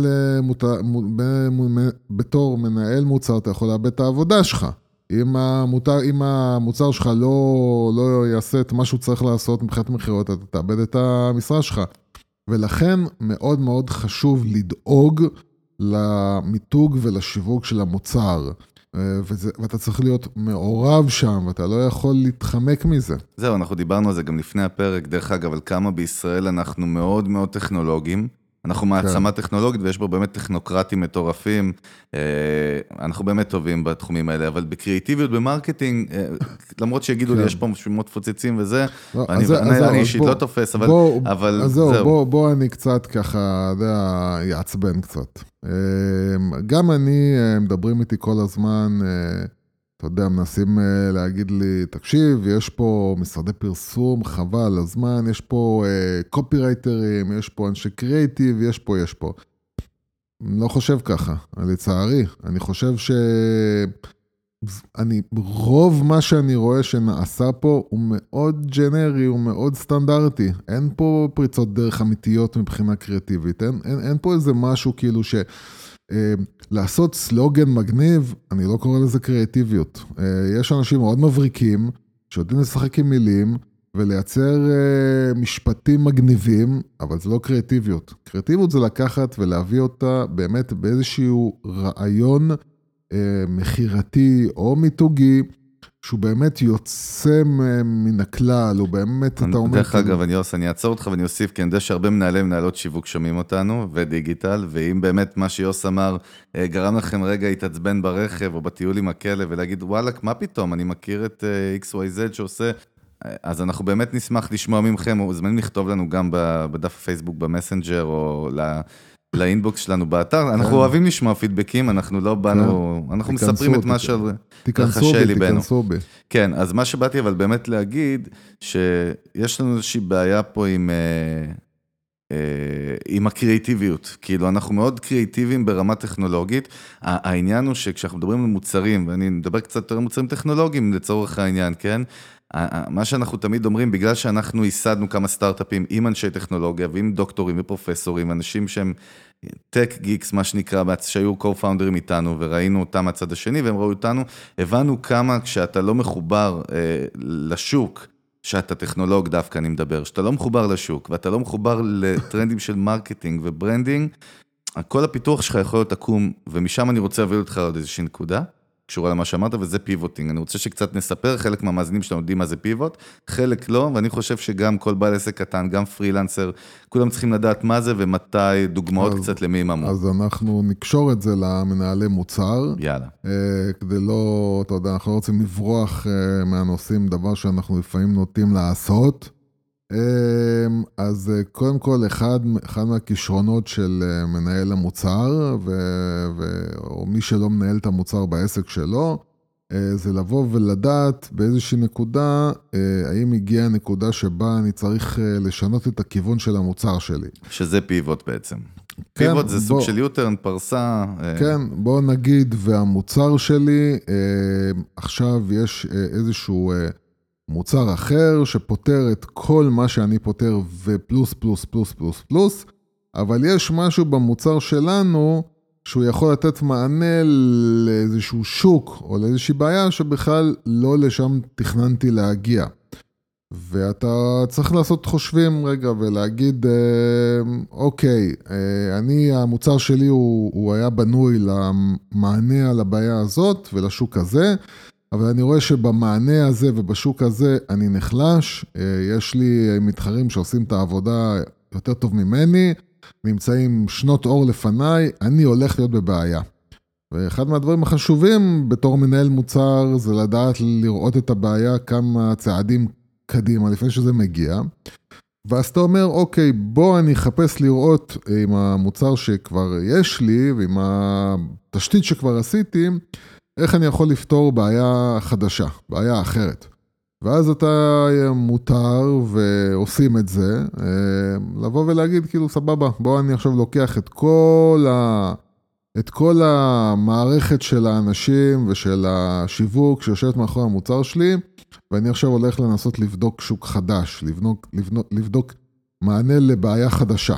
בתור מנהל מוצר, אתה יכול לאבד את העבודה שלך. אם המוצר, אם המוצר שלך לא, לא יעשה את מה שהוא צריך לעשות מבחינת מחירות, אתה תאבד את המשרה שלך. ולכן מאוד מאוד חשוב לדאוג למיתוג ולשיווק של המוצר. וזה, ואתה צריך להיות מעורב שם, ואתה לא יכול להתחמק מזה. זהו, אנחנו דיברנו על זה גם לפני הפרק, דרך אגב, על כמה בישראל אנחנו מאוד מאוד טכנולוגיים. אנחנו מעצמה טכנולוגית, ויש בו באמת טכנוקרטים מטורפים, אנחנו באמת טובים בתחומים האלה, אבל בקריאטיביות, במרקטינג, למרות שיגידו לי, יש פה שמות פוצצים וזה, אני אישית לא תופס, אבל זהו. בוא אני קצת ככה, יעצבן קצת. גם אני, מדברים איתי כל הזמן, אתה יודע, מנסים להגיד לי, תקשיב, יש פה משרדי פרסום, חבל הזמן, יש פה קופירייטרים, יש פה אנשי קריאיטיב, יש פה, יש פה. אני לא חושב ככה, לצערי. אני חושב ש... אני, רוב מה שאני רואה שנעשה פה הוא מאוד ג'נרי, הוא מאוד סטנדרטי. אין פה פריצות דרך אמיתיות מבחינה קריאטיבית. אין, אין, אין פה איזה משהו כאילו ש... לעשות סלוגן מגניב, אני לא קורא לזה קריאטיביות. יש אנשים מאוד מבריקים, שיודעים לשחק עם מילים, ולייצר משפטים מגניבים, אבל זה לא קריאטיביות. קריאטיביות זה לקחת ולהביא אותה באמת באיזשהו רעיון מחירתי או מיתוגי, שהוא באמת יוצא מן הכלל, הוא באמת, אתה אומר... דרך אגב, אני עושה, אני אעצור אותך ואני אוסיף, כי אני יודע שהרבה מנהלי מנהלות שיווק שומעים אותנו, ודיגיטל, ואם באמת מה שיוס אמר, גרם לכם רגע התעצבן ברכב, או בטיול עם הכלב, ולהגיד, וואלק, מה פתאום? אני מכיר את אקס וואי זד שעושה... אז אנחנו באמת נשמח לשמוע ממכם, או זמנים לכתוב לנו גם בדף הפייסבוק, במסנג'ר, או ל... לאינבוקס שלנו באתר, אנחנו אוהבים לשמוע פידבקים, אנחנו לא באנו, אנחנו מספרים את מה שרחשי ליבנו. כן, אז מה שבאתי אבל באמת להגיד, שיש לנו איזושהי בעיה פה עם, עם הקריאטיביות, כאילו אנחנו מאוד קריאטיביים ברמה טכנולוגית, העניין הוא שכשאנחנו מדברים על מוצרים, ואני מדבר קצת יותר על מוצרים טכנולוגיים לצורך העניין, כן? מה שאנחנו תמיד אומרים, בגלל שאנחנו ייסדנו כמה סטארט-אפים עם אנשי טכנולוגיה ועם דוקטורים ופרופסורים, אנשים שהם טק גיקס, מה שנקרא, שהיו קו-פאונדרים איתנו, וראינו אותם מהצד השני, והם ראו אותנו, הבנו כמה כשאתה לא מחובר אה, לשוק, שאתה טכנולוג דווקא אני מדבר, שאתה לא מחובר לשוק, ואתה לא מחובר לטרנדים של מרקטינג וברנדינג, כל הפיתוח שלך יכול להיות עקום, ומשם אני רוצה להביא אותך עוד איזושהי נקודה, קשורה למה שאמרת, וזה פיבוטינג. אני רוצה שקצת נספר, חלק מהמאזינים שלנו יודעים מה זה פיבוט, חלק לא, ואני חושב שגם כל בעל עסק קטן, גם פרילנסר, כולם צריכים לדעת מה זה ומתי, דוגמאות אז, קצת למי אמרו. אז אנחנו נקשור את זה למנהלי מוצר. יאללה. אה, כדי לא, אתה יודע, אנחנו לא רוצים לברוח אה, מהנושאים, דבר שאנחנו לפעמים נוטים לעשות. אז קודם כל, אחד, אחד מהכישרונות של מנהל המוצר, ו, ו, או מי שלא מנהל את המוצר בעסק שלו, זה לבוא ולדעת באיזושהי נקודה, האם הגיעה הנקודה שבה אני צריך לשנות את הכיוון של המוצר שלי. שזה פיבוט בעצם. כן, פיבוט זה סוג בוא, של יוטרן, פרסה. כן, בוא נגיד, והמוצר שלי, עכשיו יש איזשהו מוצר אחר שפותר את כל מה שאני פותר ופלוס פלוס פלוס פלוס פלוס, אבל יש משהו במוצר שלנו שהוא יכול לתת מענה לאיזשהו שוק או לאיזושהי בעיה שבכלל לא לשם תכננתי להגיע. ואתה צריך לעשות חושבים רגע ולהגיד, אוקיי, אני, המוצר שלי הוא, הוא היה בנוי למענה על הבעיה הזאת ולשוק הזה, אבל אני רואה שבמענה הזה ובשוק הזה אני נחלש, יש לי מתחרים שעושים את העבודה יותר טוב ממני, נמצאים שנות אור לפניי, אני הולך להיות בבעיה. ואחד מהדברים החשובים בתור מנהל מוצר זה לדעת לראות את הבעיה כמה צעדים קדימה לפני שזה מגיע. ואז אתה אומר, אוקיי, בוא אני אחפש לראות עם המוצר שכבר יש לי ועם התשתית שכבר עשיתי, איך אני יכול לפתור בעיה חדשה, בעיה אחרת. ואז אתה מותר ועושים את זה, לבוא ולהגיד כאילו סבבה, בוא אני עכשיו לוקח את כל, ה... את כל המערכת של האנשים ושל השיווק שיושבת מאחורי המוצר שלי, ואני עכשיו הולך לנסות לבדוק שוק חדש, לבדוק, לבדוק, לבדוק מענה לבעיה חדשה.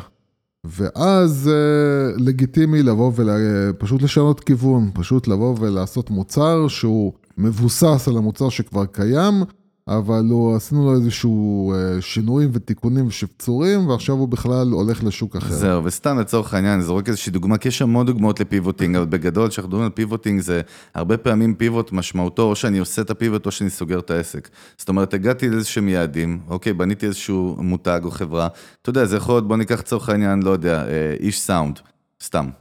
ואז לגיטימי לבוא ופשוט לשנות כיוון, פשוט לבוא ולעשות מוצר שהוא מבוסס על המוצר שכבר קיים, אבל הוא, עשינו לו איזשהו שינויים ותיקונים ושפצורים, ועכשיו הוא בכלל הולך לשוק אחר. זהו, וסתם לצורך העניין, אני זורק איזושהי דוגמה, כי יש המון דוגמאות לפיבוטינג, אבל בגדול, כשאנחנו מדברים על פיבוטינג, זה הרבה פעמים פיבוט משמעותו, או שאני עושה את הפיבוט, או שאני סוגר את העסק. זאת אומרת, הגעתי לאיזשהם יעדים, אוקיי, בניתי איזשהו מותג או חברה, אתה יודע, זה יכול להיות, בוא ניקח לצורך העניין, לא יודע, איש סאונד. סתם,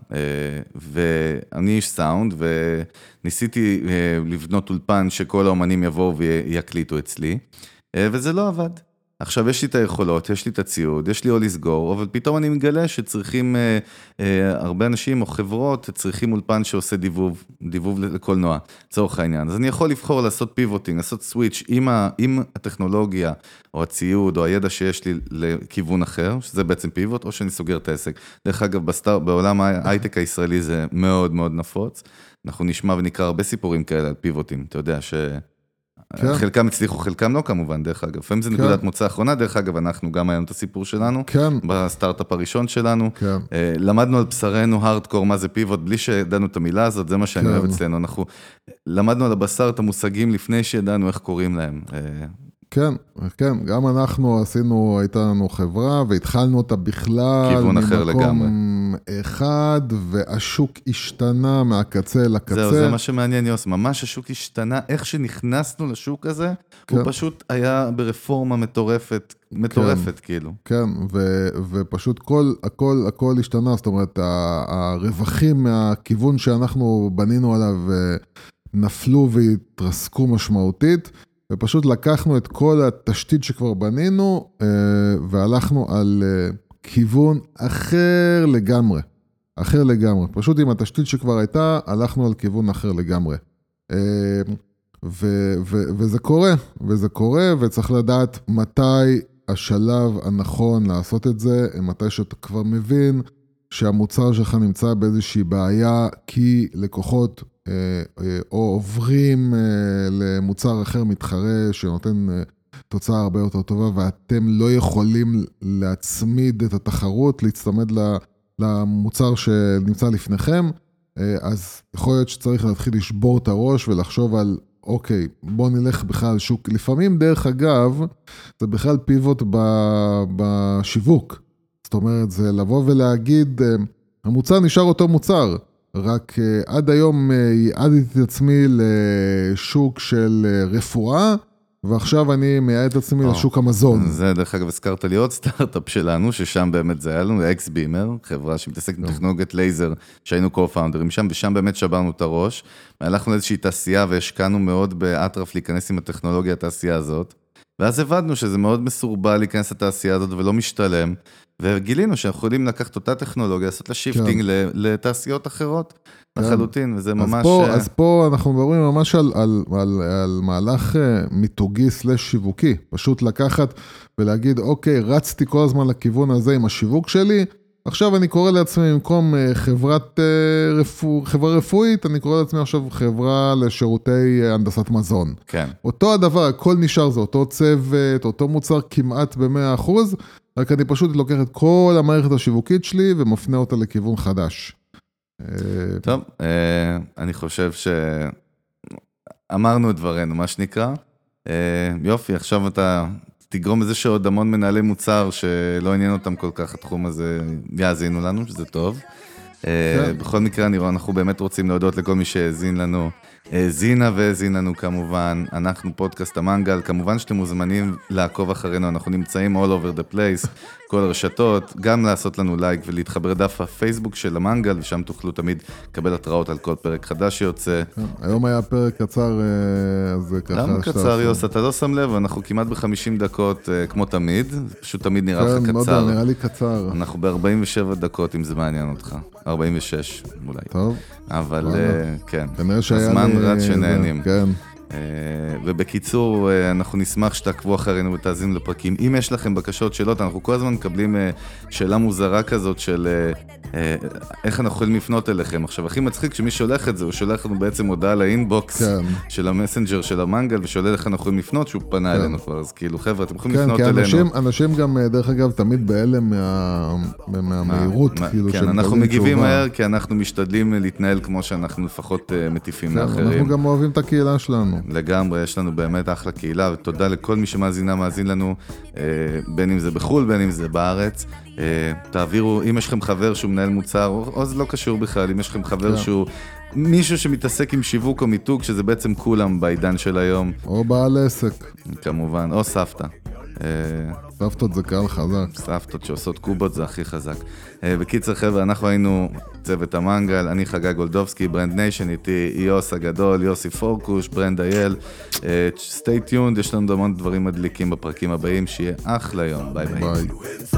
ואני איש סאונד, וניסיתי לבנות אולפן שכל האומנים יבואו ויקליטו אצלי, וזה לא עבד. עכשיו יש לי את היכולות, יש לי את הציוד, יש לי או לסגור, אבל פתאום אני מגלה שצריכים, הרבה אנשים או חברות צריכים אולפן שעושה דיבוב, דיבוב לקולנוע, צורך העניין. אז אני יכול לבחור לעשות פיבוטינג, לעשות סוויץ' עם, עם הטכנולוגיה, או הציוד, או הידע שיש לי לכיוון אחר, שזה בעצם פיבוט, או שאני סוגר את העסק. דרך אגב, בסטאר, בעולם ההייטק הישראלי זה מאוד מאוד נפוץ. אנחנו נשמע ונקרא הרבה סיפורים כאלה על פיבוטים. אתה יודע ש... כן. חלקם הצליחו, חלקם לא כמובן, דרך אגב. לפעמים זה נקודת כן. מוצא האחרונה, דרך אגב, אנחנו גם היום את הסיפור שלנו, כן. בסטארט-אפ הראשון שלנו. כן. למדנו על בשרנו הארדקור, מה זה פיבוט, בלי שידענו את המילה הזאת, זה מה שאני כן. אוהב אצלנו. אנחנו למדנו על הבשר את המושגים לפני שידענו איך קוראים להם. כן, כן, גם אנחנו עשינו, הייתה לנו חברה, והתחלנו אותה בכלל, כיוון אחר לגמרי. אחד, והשוק השתנה מהקצה לקצה. זהו, זה מה שמעניין יוס, ממש השוק השתנה, איך שנכנסנו לשוק הזה, כן. הוא פשוט היה ברפורמה מטורפת, מטורפת כן, כאילו. כן, ו, ופשוט כל, הכל, הכל השתנה, זאת אומרת, הרווחים מהכיוון שאנחנו בנינו עליו, נפלו והתרסקו משמעותית, ופשוט לקחנו את כל התשתית שכבר בנינו, והלכנו על כיוון אחר לגמרי. אחר לגמרי. פשוט עם התשתית שכבר הייתה, הלכנו על כיוון אחר לגמרי. ו- ו- וזה קורה, וזה קורה, וצריך לדעת מתי השלב הנכון לעשות את זה, מתי שאתה כבר מבין שהמוצר שלך נמצא באיזושהי בעיה, כי לקוחות אה, אה, או עוברים אה, למוצר אחר מתחרה שנותן אה, תוצאה הרבה יותר טובה, ואתם לא יכולים להצמיד את התחרות, להצטמד למוצר שנמצא לפניכם, אה, אז יכול להיות שצריך להתחיל לשבור את הראש ולחשוב על אוקיי, בוא נלך בכלל שוק. לפעמים, דרך אגב, זה בכלל פיבוט בשיווק. זאת אומרת, זה לבוא ולהגיד, המוצר נשאר אותו מוצר, רק עד היום יעדתי את עצמי לשוק של רפואה, ועכשיו אני מייעד את עצמי oh, לשוק המזון. זה דרך אגב, הזכרת לי עוד סטארט-אפ שלנו, ששם באמת זה היה לנו, אקס-בימר, חברה שמתעסקת בטכנולוגיית לייזר, שהיינו קו-פאונדרים שם, ושם באמת שברנו את הראש, והלכנו לאיזושהי תעשייה, והשקענו מאוד באטרף להיכנס עם הטכנולוגיה התעשייה הזאת, ואז הבדנו שזה מאוד מסורבל להיכנס לתעשייה הזאת, ולא משתלם, וגילינו שאנחנו יכולים לקחת אותה טכנולוגיה, לעשות לה שיפטינג לתעשיות אחרות, לחלוטין, וזה ממש... אז פה אנחנו מדברים ממש על מהלך מיתוגי סלש שיווקי, פשוט לקחת ולהגיד, אוקיי, רצתי כל הזמן לכיוון הזה עם השיווק שלי, עכשיו אני קורא לעצמי, במקום חברת חברה רפואית, אני קורא לעצמי עכשיו חברה לשירותי הנדסת מזון. כן. אותו הדבר, הכל נשאר, זה אותו צוות, אותו מוצר כמעט ב-מאה אחוז, רק אני פשוט לוקח את כל המערכת השיווקית שלי ומפנה אותה לכיוון חדש. טוב, אני חושב שאמרנו את דברנו, מה שנקרא. יופי, עכשיו אתה תגרום לזה שעוד המון מנהלי מוצר שלא עניין אותם כל כך, התחום הזה יאזינו לנו, שזה טוב. בכל מקרה, אנחנו באמת רוצים להודות לכל מי שהאזין לנו. זינה והזין לנו כמובן, אנחנו פודקאסט המנגל, כמובן שאתם מוזמנים לעקוב אחרינו, אנחנו נמצאים all over the place, כל הרשתות, גם לעשות לנו לייק ולהתחבר דף הפייסבוק של המנגל, ושם תוכלו תמיד לקבל התראות על כל פרק חדש שיוצא. היום היה פרק קצר, אז ככה... למה קצר, יוס? אתה לא שם לב, אנחנו כמעט ב-חמישים דקות, כמו תמיד, פשוט תמיד נראה לך קצר. כן, מאוד נראה לי קצר. אנחנו ב-ארבעים ושבע דקות, אם זה מעניין אותך. ארבעים ושש, אולי. טוב. אבל כן, הזמן רץ שנהנים. כן. ובקיצור, אנחנו נשמח שתעקבו אחרינו ותאזינו לפרקים. אם יש לכם בקשות, שאלות, אנחנו כל הזמן מקבלים שאלה מוזרה כזאת של איך אנחנו יכולים לפנות אליכם. עכשיו, הכי מצחיק שמי שולח את זה, הוא שולח לנו בעצם הודעה לאינבוקס של המסנג'ר של המנגל, ושואל איך אנחנו יכולים לפנות, שהוא פנה אלינו כבר. אז כאילו, חבר'ה, אתם יכולים לפנות אלינו. כן, כי אנשים גם, דרך אגב, תמיד בהלם מהמהירות. כן, אנחנו מגיבים מהר, כי אנחנו משתדלים להתנהל כמו שאנחנו לפחות מטיפים לאחרים. אנחנו גם אוהבים את הקהילה שלנו. לגמרי, יש לנו באמת אחלה קהילה, ותודה לכל מי שמאזינה, מאזין לנו, בין אם זה בחול, בין אם זה בארץ. תעבירו, אם יש לכם חבר שהוא מנהל מוצר, או זה לא קשור בכלל, אם יש לכם חבר שהוא מישהו שמתעסק עם שיווק או מיתוג, שזה בעצם כולם בעידן של היום. או בעל עסק. כמובן, או סבתא. סבתות זה קהל חזק. סבתות שעושות קובות זה הכי חזק. בקיצר חבר'ה, אנחנו היינו צוות המנגל, אני חגי גולדובסקי, ברנד ניישן, איתי יוס הגדול, יוסי פורקוש, ברנד אייל. סטי טיונד, יש לנו המון דברים מדליקים בפרקים הבאים, שיהיה אחלה יום. ביי ביי. ביי.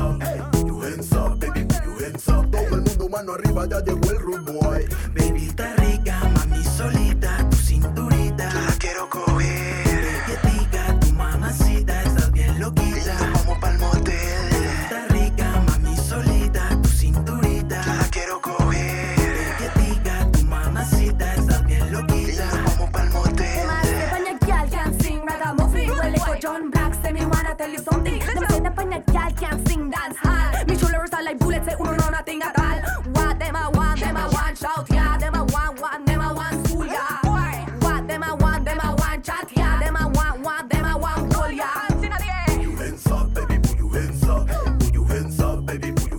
Baby, está rica, mami solita, tu cinturita, la quiero coger. Quietita, tu mamacita, estás bien loquita. Vamos pa'l motel. Está rica, mami solita, tu cinturita, la quiero coger. Quietita, tu mamacita, estás bien loquita. Vamos pa'l motel. Panya gal can sing ragamuffin. Well, like John Black, say me wanna tell you something. Them say the panya gal can sing dance hall. Me shoulders are like bullets, say uno no nothing at all. What them I want, them I want shout, yeah. Them I want, want, them I want school, yeah. What them I want, them I want chat, yeah. Them I want, want, them I want roll, yeah. Put your hands up, baby, put your hands up. Put your hands up, baby, put